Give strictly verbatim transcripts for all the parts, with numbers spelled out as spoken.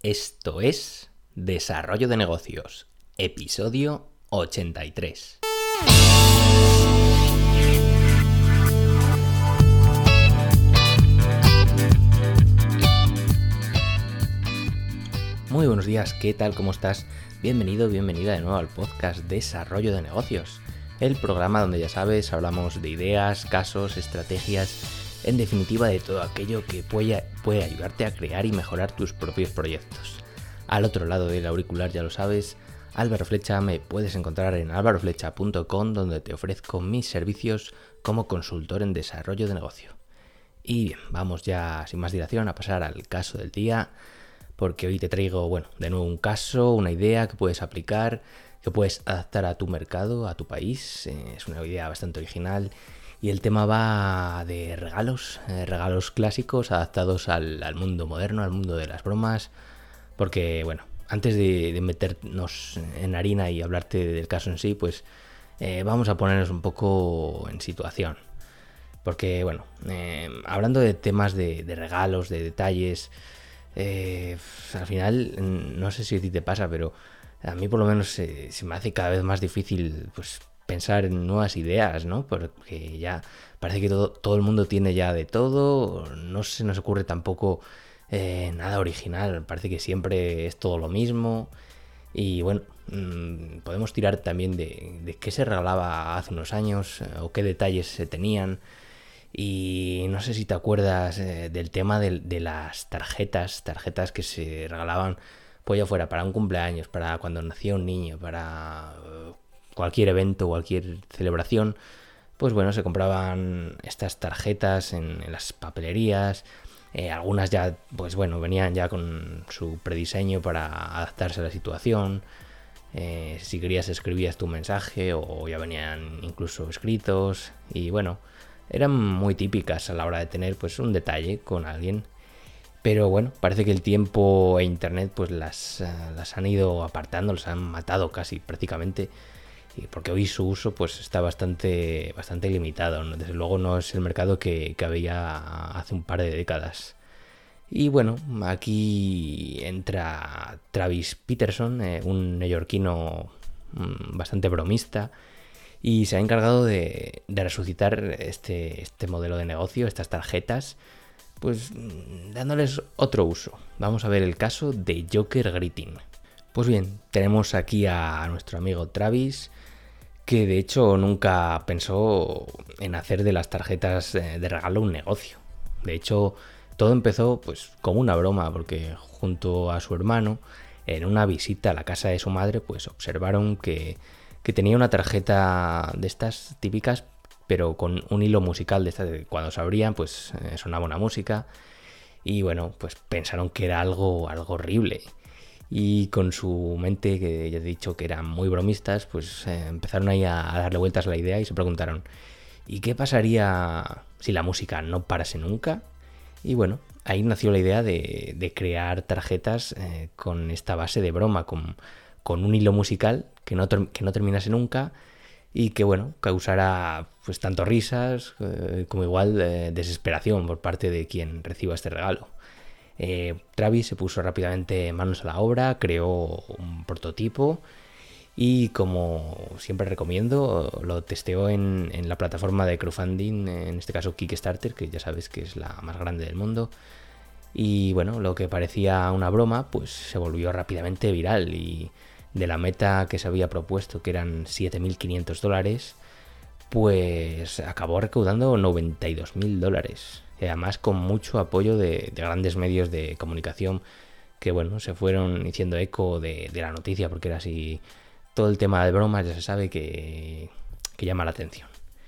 Esto es Desarrollo de Negocios, episodio ochenta y tres. Muy buenos días, ¿qué tal? ¿Cómo estás? Bienvenido, bienvenida de nuevo al podcast Desarrollo de Negocios, el programa donde ya sabes, hablamos de ideas, casos, estrategias, en definitiva de todo aquello que puede, puede ayudarte a crear y mejorar tus propios proyectos. Al otro lado del auricular, ya lo sabes, Álvaro Flecha. Me puedes encontrar en álvaro flecha punto com, donde te ofrezco mis servicios como consultor en desarrollo de negocio. Y bien, vamos ya sin más dilación a pasar al caso del día, porque hoy te traigo, bueno, de nuevo un caso, una idea que puedes aplicar, que puedes adaptar a tu mercado, a tu país. Eh, es una idea bastante original. Y el tema va de regalos, eh, regalos clásicos adaptados al, al mundo moderno, al mundo de las bromas. Porque, bueno, antes de, de meternos en harina y hablarte del caso en sí, pues eh, vamos a ponernos un poco en situación. Porque, bueno, eh, hablando de temas de, de regalos, de detalles, eh, al final, no sé si a ti te pasa, pero a mí por lo menos eh, se me hace cada vez más difícil, pues, pensar en nuevas ideas, ¿no? Porque ya parece que todo, todo el mundo tiene ya de todo, no se nos ocurre tampoco eh, nada original, parece que siempre es todo lo mismo. Y bueno, mmm, podemos tirar también de, de qué se regalaba hace unos años, eh, o qué detalles se tenían. Y no sé si te acuerdas eh, del tema de, de las tarjetas, tarjetas que se regalaban, pues ya fuera para un cumpleaños, para cuando nacía un niño, para uh, cualquier evento, cualquier celebración. Pues bueno, se compraban estas tarjetas en, en las papelerías. Eh, algunas ya, pues bueno, venían ya con su prediseño para adaptarse a la situación. Eh, si querías escribías tu mensaje o ya venían incluso escritos. Y bueno, eran muy típicas a la hora de tener pues un detalle con alguien. Pero bueno, parece que el tiempo e internet pues las, uh, las han ido apartando, las han matado casi prácticamente. Porque hoy su uso pues está bastante, bastante limitado, ¿no? Desde luego no es el mercado que, que había hace un par de décadas. Y bueno, aquí entra Travis Peterson, eh, un neoyorquino mmm, bastante bromista, y se ha encargado de, de resucitar este, este modelo de negocio, estas tarjetas, pues dándoles otro uso. Vamos a ver el caso de Joker Greeting. Pues bien, tenemos aquí a nuestro amigo Travis, que de hecho nunca pensó en hacer de las tarjetas de regalo un negocio. De hecho, todo empezó pues como una broma, porque junto a su hermano, en una visita a la casa de su madre, pues observaron que, que tenía una tarjeta de estas típicas, pero con un hilo musical de estas, de cuando se abrían, pues eh, sonaba una música. Y bueno, pues pensaron que era algo, algo horrible. Y con su mente, que ya he dicho que eran muy bromistas, pues eh, empezaron ahí a, a darle vueltas a la idea y se preguntaron, ¿y qué pasaría si la música no parase nunca? Y bueno, ahí nació la idea de, de crear tarjetas eh, con esta base de broma, con, con un hilo musical que no, ter- que no terminase nunca y que, bueno, causara pues tanto risas eh, como igual eh, desesperación por parte de quien reciba este regalo. Eh, Travis se puso rápidamente manos a la obra, creó un prototipo y, como siempre recomiendo, lo testeó en, en la plataforma de crowdfunding, en este caso Kickstarter, que ya sabes que es la más grande del mundo. Y bueno, lo que parecía una broma pues se volvió rápidamente viral, y de la meta que se había propuesto, que eran siete mil quinientos dólares, pues acabó recaudando noventa y dos mil dólares. Y además con mucho apoyo de, de grandes medios de comunicación que, bueno, se fueron haciendo eco de, de la noticia, porque era así, todo el tema de bromas ya se sabe que, que llama la atención.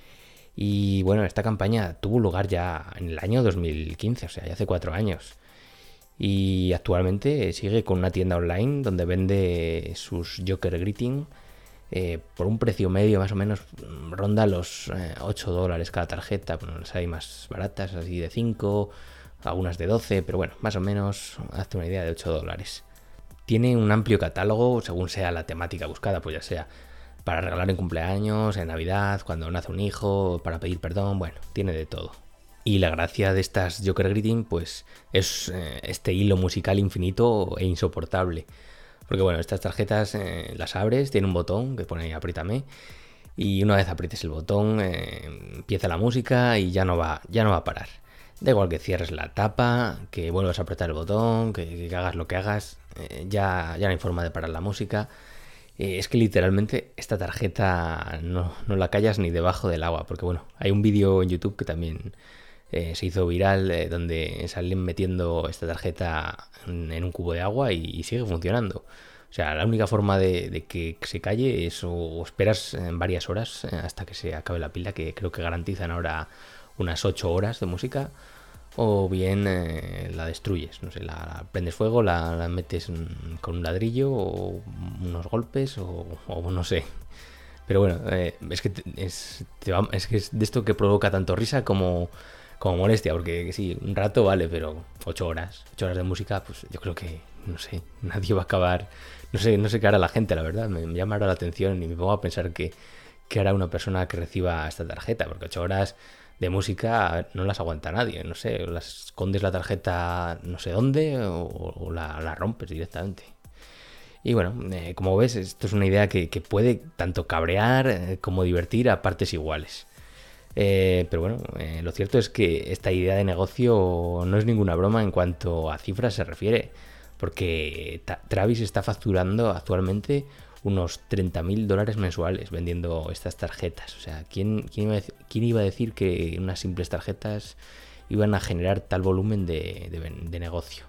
Y bueno, esta campaña tuvo lugar ya en el año dos mil quince, o sea, ya hace cuatro años. Y actualmente sigue con una tienda online donde vende sus Joker Greeting eh, por un precio medio más o menos, ronda los eh, ocho dólares cada tarjeta. Bueno, las hay más baratas, así de cinco, algunas de doce, pero bueno, más o menos hazte una idea de ocho dólares. Tiene un amplio catálogo según sea la temática buscada, pues ya sea para regalar en cumpleaños, en Navidad, cuando nace un hijo, para pedir perdón, bueno, tiene de todo. Y la gracia de estas Joker Greeting, pues es eh, este hilo musical infinito e insoportable. Porque bueno, estas tarjetas eh, las abres, tiene un botón que pone ahí apriétame. Y una vez aprietes el botón, eh, empieza la música y ya no va, ya no va a parar. Da igual que cierres la tapa, que vuelvas a apretar el botón, que, que hagas lo que hagas, eh, ya, ya no hay forma de parar la música. Eh, es que literalmente esta tarjeta no, no la callas ni debajo del agua, porque bueno, hay un vídeo en YouTube que también eh, se hizo viral eh, donde salen metiendo esta tarjeta en, en un cubo de agua y, y sigue funcionando. O sea, la única forma de, de que se calle es o, o esperas en varias horas eh, hasta que se acabe la pila, que creo que garantizan ahora unas ocho horas de música, o bien eh, la destruyes, no sé, la, la prendes fuego, la, la metes en, con un ladrillo o unos golpes o, o no sé. Pero bueno, eh, es que te, es, te va, es que es de esto que provoca tanto risa como, como molestia, porque sí, un rato vale, pero ocho horas, ocho horas de música, pues yo creo que, no sé, nadie va a acabar, no sé, no sé qué hará la gente, la verdad, me, me llama ahora la atención y me pongo a pensar que, que hará una persona que reciba esta tarjeta, porque ocho horas de música no las aguanta nadie, no sé, las escondes la tarjeta no sé dónde o, o la, la rompes directamente. Y bueno, eh, como ves, esto es una idea que, que puede tanto cabrear eh, como divertir a partes iguales. Eh, pero bueno, eh, lo cierto es que esta idea de negocio no es ninguna broma en cuanto a cifras se refiere, porque Ta- Travis está facturando actualmente unos treinta mil dólares mensuales vendiendo estas tarjetas. O sea, ¿quién, quién, iba a, ¿quién iba a decir que unas simples tarjetas iban a generar tal volumen de, de, de negocio?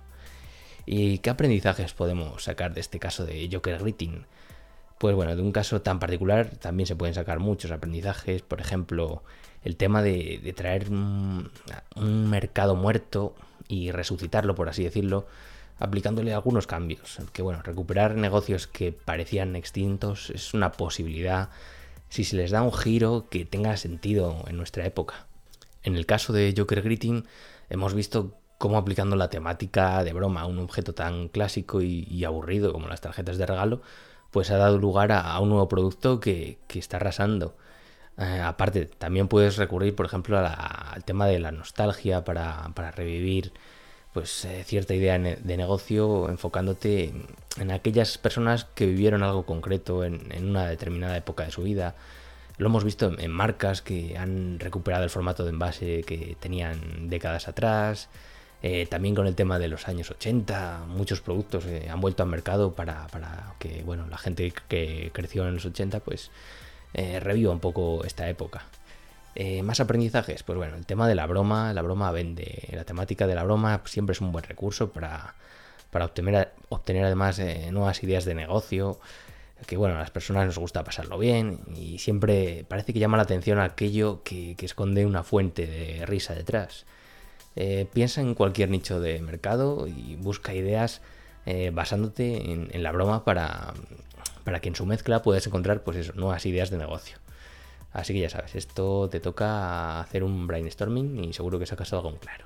¿Y qué aprendizajes podemos sacar de este caso de Joker Greeting? Pues bueno, de un caso tan particular también se pueden sacar muchos aprendizajes. Por ejemplo, el tema de, de traer un, un mercado muerto y resucitarlo, por así decirlo, aplicándole algunos cambios. Que bueno, recuperar negocios que parecían extintos es una posibilidad si se les da un giro que tenga sentido en nuestra época. En el caso de Joker Greeting hemos visto cómo aplicando la temática de broma a un objeto tan clásico y, y aburrido como las tarjetas de regalo, pues ha dado lugar a, a un nuevo producto que, que está arrasando. Eh, aparte, también puedes recurrir, por ejemplo, a la, al tema de la nostalgia para, para revivir pues eh, cierta idea de negocio, enfocándote en, en aquellas personas que vivieron algo concreto en, en una determinada época de su vida. Lo hemos visto en, en marcas que han recuperado el formato de envase que tenían décadas atrás. Eh, también con el tema de los años ochenta, muchos productos eh, han vuelto al mercado para, para que bueno, la gente que creció en los ochenta pues eh, reviva un poco esta época. Eh, más aprendizajes, pues bueno, el tema de la broma, la broma vende, la temática de la broma siempre es un buen recurso para, para obtener, obtener además eh, nuevas ideas de negocio, que bueno, a las personas nos gusta pasarlo bien y siempre parece que llama la atención aquello que, que esconde una fuente de risa detrás. Eh, piensa en cualquier nicho de mercado y busca ideas eh, basándote en, en la broma para, para que en su mezcla puedas encontrar pues eso, nuevas ideas de negocio. Así que ya sabes, esto te toca hacer un brainstorming y seguro que sacas algo en claro.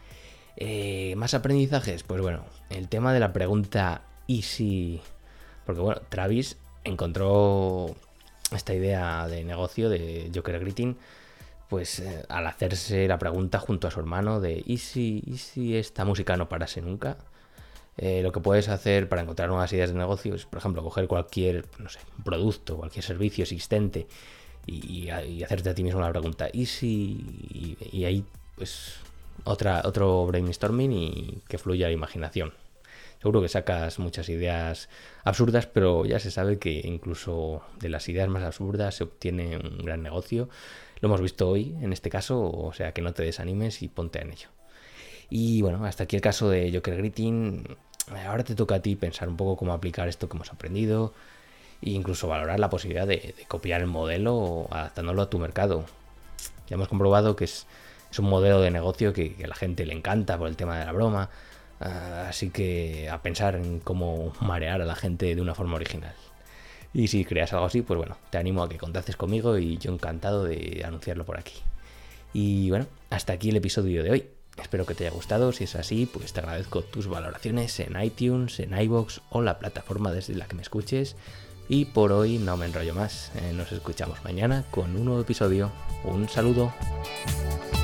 Eh, ¿Más aprendizajes? Pues bueno, el tema de la pregunta ¿y si? Porque bueno, Travis encontró esta idea de negocio de Joker Greeting pues eh, al hacerse la pregunta junto a su hermano de ¿y si, y si esta música no parase nunca? Eh, lo que puedes hacer para encontrar nuevas ideas de negocio es, por ejemplo, coger cualquier, no sé, producto, cualquier servicio existente y, y hacerte a ti mismo la pregunta ¿y si? Y, y ahí pues otra, otro brainstorming y que fluya la imaginación. Seguro que sacas muchas ideas absurdas, pero ya se sabe que incluso de las ideas más absurdas se obtiene un gran negocio. Lo hemos visto hoy en este caso, o sea que no te desanimes y ponte en ello. Y bueno, hasta aquí el caso de Joker Greeting. Ahora te toca a ti pensar un poco cómo aplicar esto que hemos aprendido e incluso valorar la posibilidad de, de copiar el modelo adaptándolo a tu mercado. Ya hemos comprobado que es, es un modelo de negocio que, que a la gente le encanta por el tema de la broma, uh, así que a pensar en cómo marear a la gente de una forma original. Y si creas algo así, pues bueno, te animo a que contactes conmigo y yo encantado de anunciarlo por aquí. Y bueno, hasta aquí el episodio de hoy. Espero que te haya gustado. Si es así, pues te agradezco tus valoraciones en iTunes, en iVoox o la plataforma desde la que me escuches. Y por hoy no me enrollo más. Eh, nos escuchamos mañana con un nuevo episodio. Un saludo.